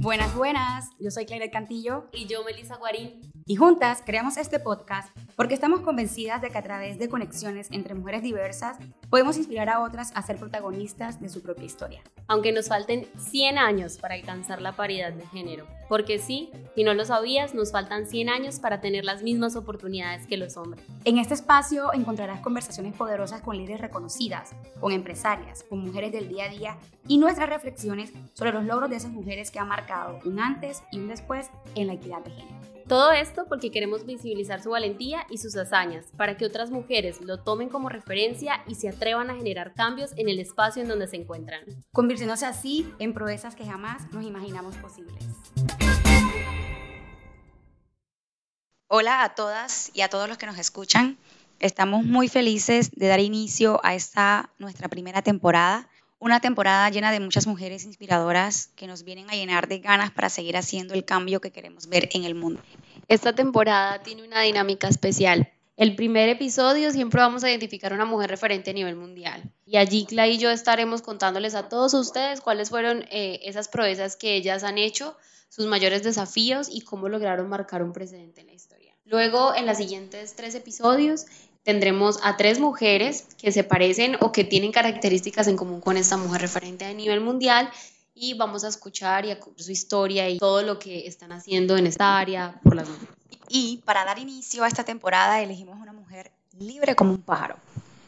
Buenas, buenas. Yo soy Claire Cantillo. Y yo, Melissa Guarín. Y juntas creamos este podcast porque estamos convencidas de que a través de conexiones entre mujeres diversas podemos inspirar a otras a ser protagonistas de su propia historia. Aunque nos falten 100 años para alcanzar la paridad de género. Porque sí, si no lo sabías, nos faltan 100 años para tener las mismas oportunidades que los hombres. En este espacio encontrarás conversaciones poderosas con líderes reconocidas, con empresarias, con mujeres del día a día y nuestras reflexiones sobre los logros de esas mujeres que han marcado un antes y un después en la equidad de género. Todo esto porque queremos visibilizar su valentía y sus hazañas, para que otras mujeres lo tomen como referencia y se atrevan a generar cambios en el espacio en donde se encuentran, convirtiéndose así en proezas que jamás nos imaginamos posibles. Hola a todas y a todos los que nos escuchan. Estamos muy felices de dar inicio a esta nuestra primera temporada. Una temporada llena de muchas mujeres inspiradoras que nos vienen a llenar de ganas para seguir haciendo el cambio que queremos ver en el mundo. Esta temporada tiene una dinámica especial. El primer episodio siempre vamos a identificar a una mujer referente a nivel mundial. Y allí Cla y yo estaremos contándoles a todos ustedes cuáles fueron esas proezas que ellas han hecho, sus mayores desafíos y cómo lograron marcar un precedente en la historia. Luego, en los siguientes 3 episodios, tendremos a 3 mujeres que se parecen o que tienen características en común con esta mujer referente a nivel mundial y vamos a escuchar su historia y todo lo que están haciendo en esta área por las mujeres. Y para dar inicio a esta temporada elegimos una mujer libre como un pájaro.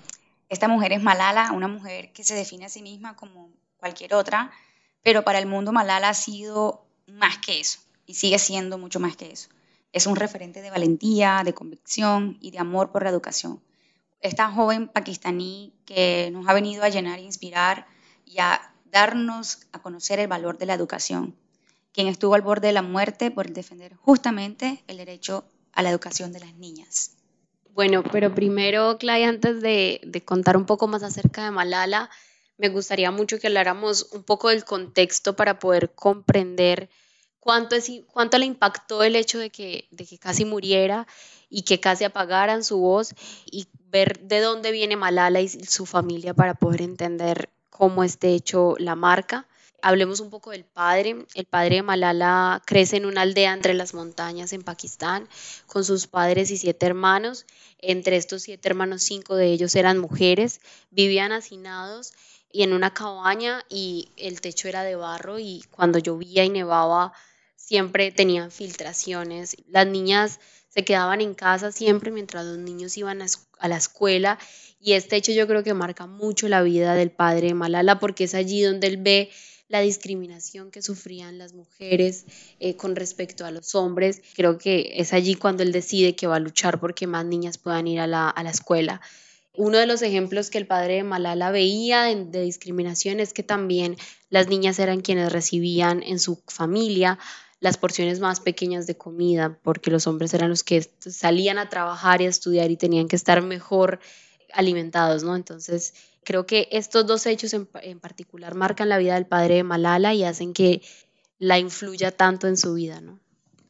Esta mujer es Malala, una mujer que se define a sí misma como cualquier otra, pero para el mundo Malala ha sido más que eso y sigue siendo mucho más que eso. Es un referente de valentía, de convicción y de amor por la educación. Esta joven pakistaní que nos ha venido a llenar e inspirar y a darnos a conocer el valor de la educación, quien estuvo al borde de la muerte por defender justamente el derecho a la educación de las niñas. Bueno, pero primero, Clay, antes de contar un poco más acerca de Malala, me gustaría mucho que habláramos un poco del contexto para poder comprender cuánto le impactó el hecho de que casi muriera y que casi apagaran su voz y ver de dónde viene Malala y su familia para poder entender cómo este hecho la marca. Hablemos un poco del padre. El padre de Malala crece en una aldea entre las montañas en Pakistán con sus padres y 7 hermanos. Entre estos 7 hermanos, 5 de ellos eran mujeres, vivían hacinados y en una cabaña y el techo era de barro y cuando llovía y nevaba siempre tenían filtraciones. Las niñas se quedaban en casa siempre mientras los niños iban a la escuela y este hecho yo creo que marca mucho la vida del padre de Malala porque es allí donde él ve la discriminación que sufrían las mujeres con respecto a los hombres. Creo que es allí cuando él decide que va a luchar porque más niñas puedan ir a la escuela. Uno de los ejemplos que el padre de Malala veía de discriminación es que también las niñas eran quienes recibían en su familia las porciones más pequeñas de comida, porque los hombres eran los que salían a trabajar y a estudiar y tenían que estar mejor alimentados, ¿no? Entonces, creo que estos 2 hechos en particular marcan la vida del padre de Malala y hacen que la influya tanto en su vida, ¿no?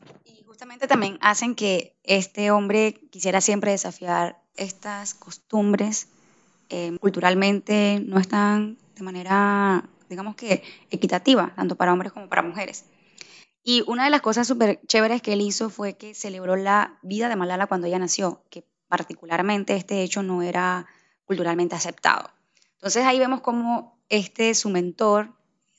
Y justamente también hacen que este hombre quisiera siempre desafiar estas costumbres. Culturalmente no están de manera, digamos que, equitativa, tanto para hombres como para mujeres. Y una de las cosas súper chéveres que él hizo fue que celebró la vida de Malala cuando ella nació, que particularmente este hecho no era culturalmente aceptado. Entonces ahí vemos cómo su mentor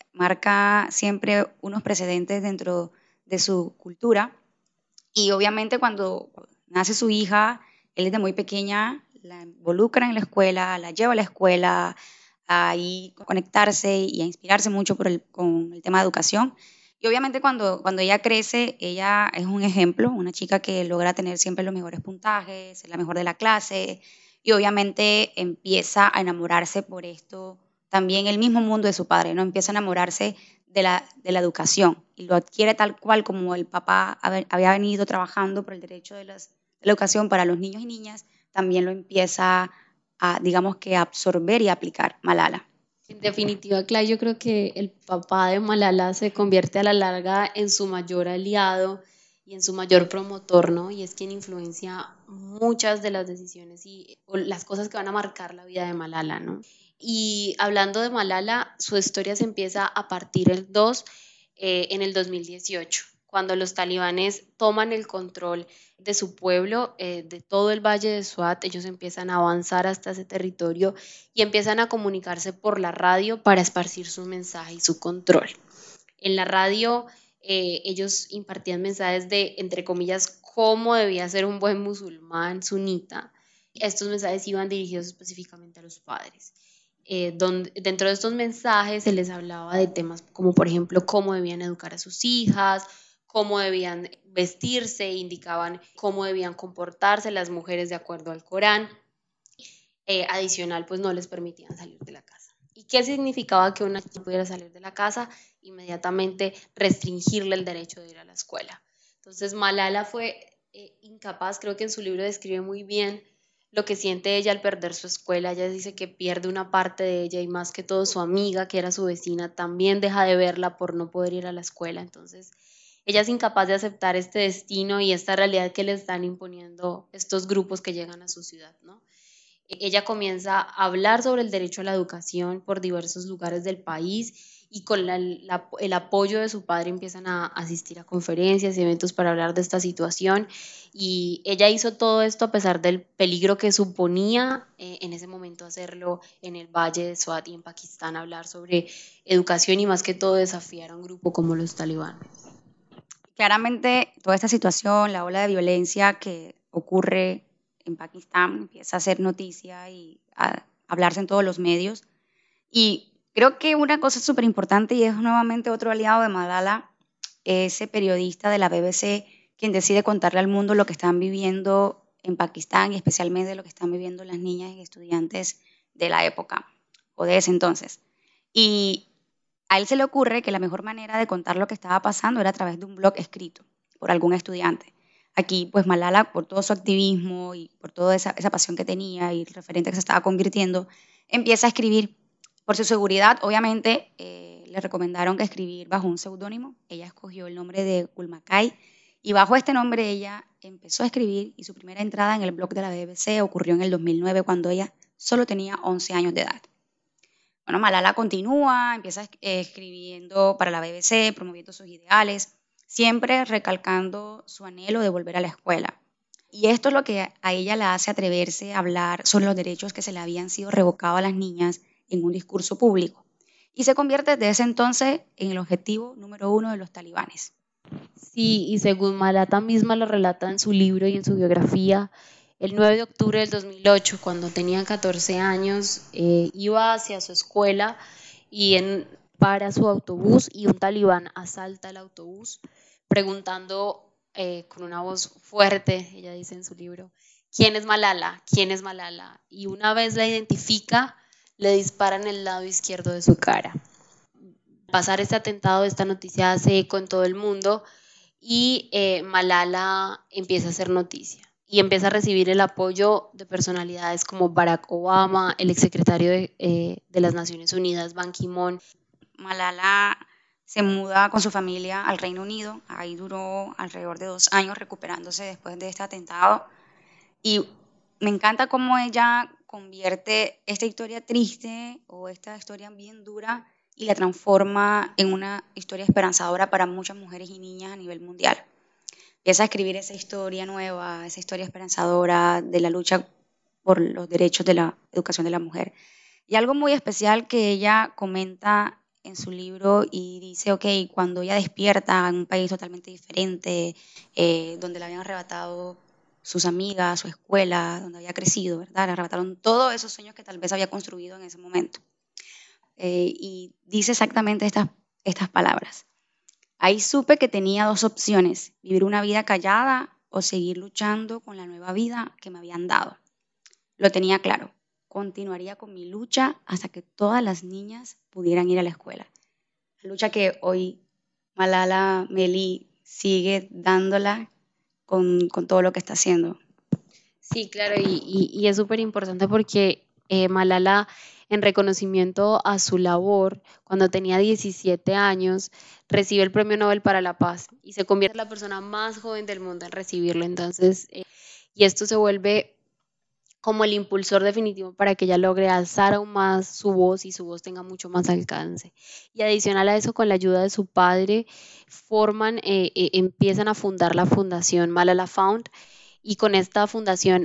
marca siempre unos precedentes dentro de su cultura y obviamente cuando nace su hija, él desde muy pequeña la involucra en la escuela, la lleva a la escuela, a ahí conectarse y a inspirarse mucho con el tema de educación. Y obviamente cuando ella crece, ella es un ejemplo, una chica que logra tener siempre los mejores puntajes, es la mejor de la clase y obviamente empieza a enamorarse por esto, también el mismo mundo de su padre, ¿no? Empieza a enamorarse de la educación y lo adquiere tal cual como el papá había venido trabajando por el derecho de la educación para los niños y niñas, también lo empieza a, digamos que, absorber y aplicar Malala. En definitiva, Clay, yo creo que el papá de Malala se convierte a la larga en su mayor aliado y en su mayor promotor, ¿no? Y es quien influencia muchas de las decisiones o las cosas que van a marcar la vida de Malala, ¿no? Y hablando de Malala, su historia se empieza a partir el 2 en el 2018, cuando los talibanes toman el control de su pueblo, de todo el valle de Swat. Ellos empiezan a avanzar hasta ese territorio y empiezan a comunicarse por la radio para esparcir su mensaje y su control. En la radio ellos impartían mensajes de, entre comillas, cómo debía ser un buen musulmán sunita. Estos mensajes iban dirigidos específicamente a los padres. Dentro de estos mensajes se les hablaba de temas como, por ejemplo, cómo debían educar a sus hijas, cómo debían vestirse, indicaban cómo debían comportarse las mujeres de acuerdo al Corán. Adicional, pues no les permitían salir de la casa. ¿Y qué significaba que una chica pudiera salir de la casa? Inmediatamente restringirle el derecho de ir a la escuela. Entonces Malala fue incapaz, creo que en su libro describe muy bien lo que siente ella al perder su escuela. Ella dice que pierde una parte de ella y más que todo su amiga, que era su vecina, también deja de verla por no poder ir a la escuela. Entonces ella es incapaz de aceptar este destino y esta realidad que le están imponiendo estos grupos que llegan a su ciudad, ¿no? Ella comienza a hablar sobre el derecho a la educación por diversos lugares del país y con el apoyo de su padre empiezan a asistir a conferencias y eventos para hablar de esta situación. Y ella hizo todo esto a pesar del peligro que suponía en ese momento hacerlo en el Valle de Swat y en Pakistán, hablar sobre educación y más que todo desafiar a un grupo como los talibanes. Claramente, toda esta situación, la ola de violencia que ocurre en Pakistán, empieza a hacer noticia y a hablarse en todos los medios. Y creo que una cosa súper importante, y es nuevamente otro aliado de Malala, ese periodista de la BBC, quien decide contarle al mundo lo que están viviendo en Pakistán y especialmente lo que están viviendo las niñas y estudiantes de la época o de ese entonces. Y a él se le ocurre que la mejor manera de contar lo que estaba pasando era a través de un blog escrito por algún estudiante. Aquí, pues Malala, por todo su activismo y por toda esa pasión que tenía y el referente que se estaba convirtiendo, empieza a escribir. Por su seguridad, obviamente, le recomendaron que escribir bajo un seudónimo. Ella escogió el nombre de Gulmakai y bajo este nombre ella empezó a escribir y su primera entrada en el blog de la BBC ocurrió en el 2009 cuando ella solo tenía 11 años de edad. Bueno, Malala continúa, empieza escribiendo para la BBC, promoviendo sus ideales, siempre recalcando su anhelo de volver a la escuela. Y esto es lo que a ella la hace atreverse a hablar sobre los derechos que se le habían sido revocados a las niñas en un discurso público. Y se convierte desde ese entonces en el objetivo número 1 de los talibanes. Sí, y según Malala misma lo relata en su libro y en su biografía, el 9 de octubre del 2008, cuando tenía 14 años, iba hacia su escuela y para su autobús y un talibán asalta el autobús preguntando con una voz fuerte, ella dice en su libro, ¿quién es Malala? ¿Quién es Malala? Y una vez la identifica, le dispara en el lado izquierdo de su cara. Pasar este atentado, esta noticia hace eco en todo el mundo y Malala empieza a hacer noticia y empieza a recibir el apoyo de personalidades como Barack Obama, el exsecretario de las Naciones Unidas, Ban Ki-moon. Malala se muda con su familia al Reino Unido, ahí duró alrededor de 2 años recuperándose después de este atentado y me encanta cómo ella convierte esta historia triste o esta historia bien dura y la transforma en una historia esperanzadora para muchas mujeres y niñas a nivel mundial. Empieza a escribir esa historia nueva, esa historia esperanzadora de la lucha por los derechos de la educación de la mujer. Y algo muy especial que ella comenta en su libro y dice, ok, cuando ella despierta en un país totalmente diferente, donde le habían arrebatado sus amigas, su escuela, donde había crecido, ¿verdad? Le arrebataron todos esos sueños que tal vez había construido en ese momento. Y dice exactamente estas palabras. Ahí supe que tenía 2 opciones, vivir una vida callada o seguir luchando con la nueva vida que me habían dado. Lo tenía claro, continuaría con mi lucha hasta que todas las niñas pudieran ir a la escuela. La lucha que hoy Malala Meli sigue dándola con todo lo que está haciendo. Sí, claro, y es súper importante porque Malala, en reconocimiento a su labor, cuando tenía 17 años, recibe el Premio Nobel para la Paz y se convierte en la persona más joven del mundo en recibirlo. Entonces, y esto se vuelve como el impulsor definitivo para que ella logre alzar aún más su voz y su voz tenga mucho más alcance. Y adicional a eso, con la ayuda de su padre, empiezan a fundar la fundación Malala Fund, y con esta fundación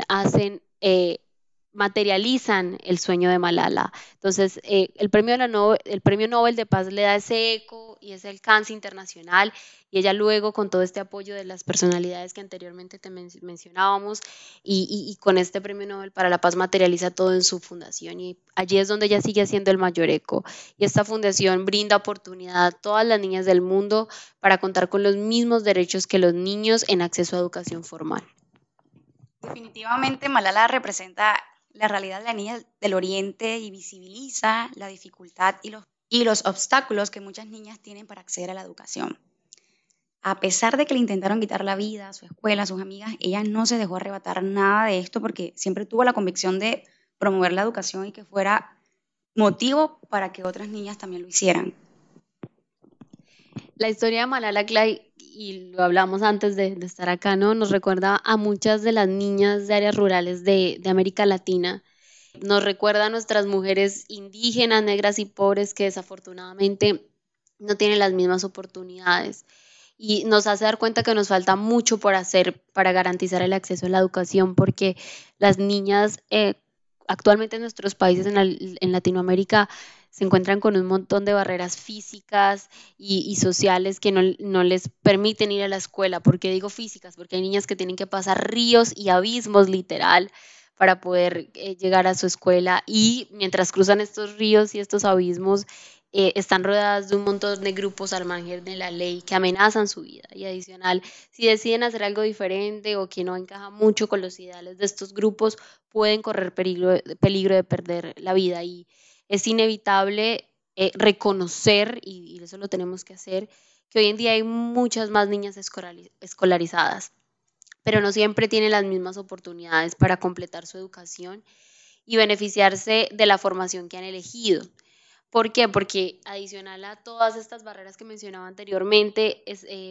materializan el sueño de Malala. Entonces, el premio Nobel de Paz le da ese eco y ese alcance internacional, y ella luego, con todo este apoyo de las personalidades que anteriormente te mencionábamos, y con este premio Nobel para la Paz materializa todo en su fundación, y allí es donde ella sigue haciendo el mayor eco. Y esta fundación brinda oportunidad a todas las niñas del mundo para contar con los mismos derechos que los niños en acceso a educación formal. Definitivamente Malala representa la realidad de la niña del Oriente y visibiliza la dificultad y los obstáculos que muchas niñas tienen para acceder a la educación. A pesar de que le intentaron quitar la vida, su escuela, sus amigas, ella no se dejó arrebatar nada de esto porque siempre tuvo la convicción de promover la educación y que fuera motivo para que otras niñas también lo hicieran. La historia de Malala Clay, y lo hablamos antes de estar acá, ¿no? Nos recuerda a muchas de las niñas de áreas rurales de América Latina. Nos recuerda a nuestras mujeres indígenas, negras y pobres que desafortunadamente no tienen las mismas oportunidades. Y nos hace dar cuenta que nos falta mucho por hacer para garantizar el acceso a la educación, porque las niñas actualmente en nuestros países en Latinoamérica se encuentran con un montón de barreras físicas y sociales que no les permiten ir a la escuela. ¿Por qué digo físicas? Porque hay niñas que tienen que pasar ríos y abismos, literal, para poder llegar a su escuela, y mientras cruzan estos ríos y estos abismos, están rodeadas de un montón de grupos al margen de la ley que amenazan su vida. Y adicional, si deciden hacer algo diferente o que no encaja mucho con los ideales de estos grupos, pueden correr peligro de perder la vida. Y es inevitable reconocer, y eso lo tenemos que hacer, que hoy en día hay muchas más niñas escolarizadas, pero no siempre tienen las mismas oportunidades para completar su educación y beneficiarse de la formación que han elegido. ¿Por qué? Porque adicional a todas estas barreras que mencionaba anteriormente,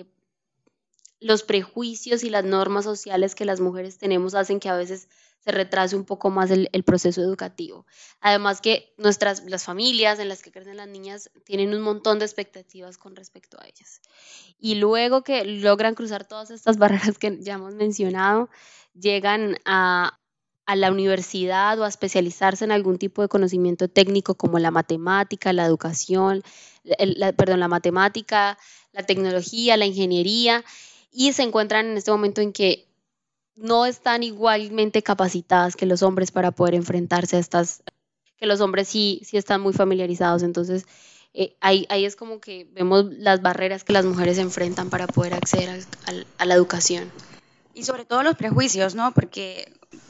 los prejuicios y las normas sociales que las mujeres tenemos hacen que a veces se retrase un poco más el proceso educativo. Además que las familias en las que crecen las niñas tienen un montón de expectativas con respecto a ellas. Y luego que logran cruzar todas estas barreras que ya hemos mencionado, llegan a la universidad o a especializarse en algún tipo de conocimiento técnico como la matemática, la educación, la matemática, la tecnología, la ingeniería, y se encuentran en este momento en que no están igualmente capacitadas que los hombres para poder enfrentarse a estas, que los hombres sí están muy familiarizados. Entonces, ahí es como que vemos las barreras que las mujeres enfrentan para poder acceder a la educación. Y sobre todo los prejuicios, ¿no? Porque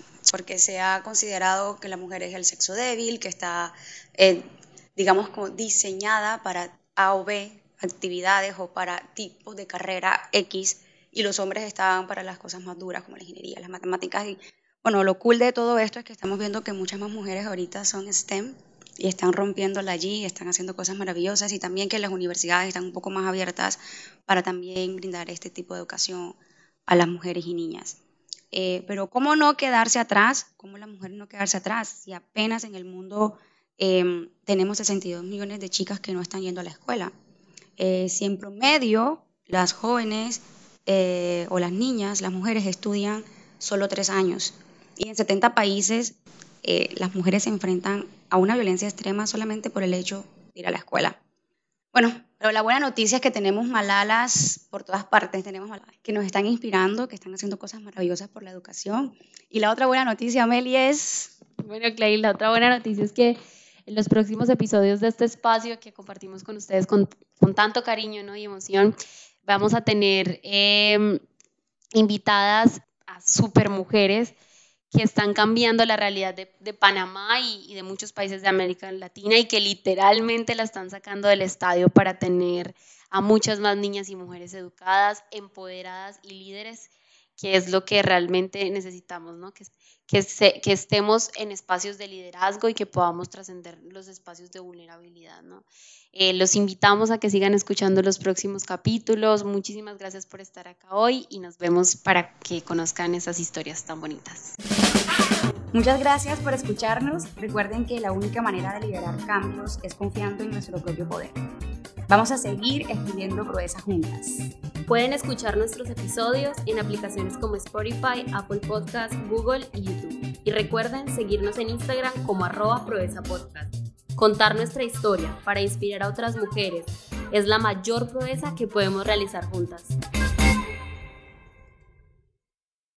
se ha considerado que la mujer es el sexo débil, que está, digamos, como diseñada para A o B actividades o para tipos de carrera X, y los hombres estaban para las cosas más duras como la ingeniería, las matemáticas. Y bueno, lo cool de todo esto es que estamos viendo que muchas más mujeres ahorita son STEM y están rompiéndola allí, están haciendo cosas maravillosas, y también que las universidades están un poco más abiertas para también brindar este tipo de educación a las mujeres y niñas. Pero ¿cómo no quedarse atrás? ¿Cómo la mujer no quedarse atrás si apenas en el mundo tenemos 62 millones de chicas que no están yendo a la escuela? Si en promedio las jóvenes o las niñas, las mujeres estudian solo 3 años, y en 70 países las mujeres se enfrentan a una violencia extrema solamente por el hecho de ir a la escuela. Bueno, pero la buena noticia es que tenemos Malalas por todas partes, tenemos Malalas que nos están inspirando, que están haciendo cosas maravillosas por la educación. Y la otra buena noticia, Meli, es... Bueno, Clay, la otra buena noticia es que en los próximos episodios de este espacio que compartimos con ustedes con tanto cariño, ¿no?, y emoción, vamos a tener invitadas a super mujeres que están cambiando la realidad de Panamá y de muchos países de América Latina, y que literalmente la están sacando del estadio para tener a muchas más niñas y mujeres educadas, empoderadas y líderes que es lo que realmente necesitamos, ¿no? Que estemos en espacios de liderazgo y que podamos trascender los espacios de vulnerabilidad, ¿no? Los invitamos a que sigan escuchando los próximos capítulos. Muchísimas gracias por estar acá hoy y nos vemos para que conozcan esas historias tan bonitas. Muchas gracias por escucharnos. Recuerden que la única manera de liderar cambios es confiando en nuestro propio poder. Vamos a seguir escribiendo proezas juntas. Pueden escuchar nuestros episodios en aplicaciones como Spotify, Apple Podcasts, Google y YouTube. Y recuerden seguirnos en Instagram como @proezapodcast. Contar nuestra historia para inspirar a otras mujeres es la mayor proeza que podemos realizar juntas.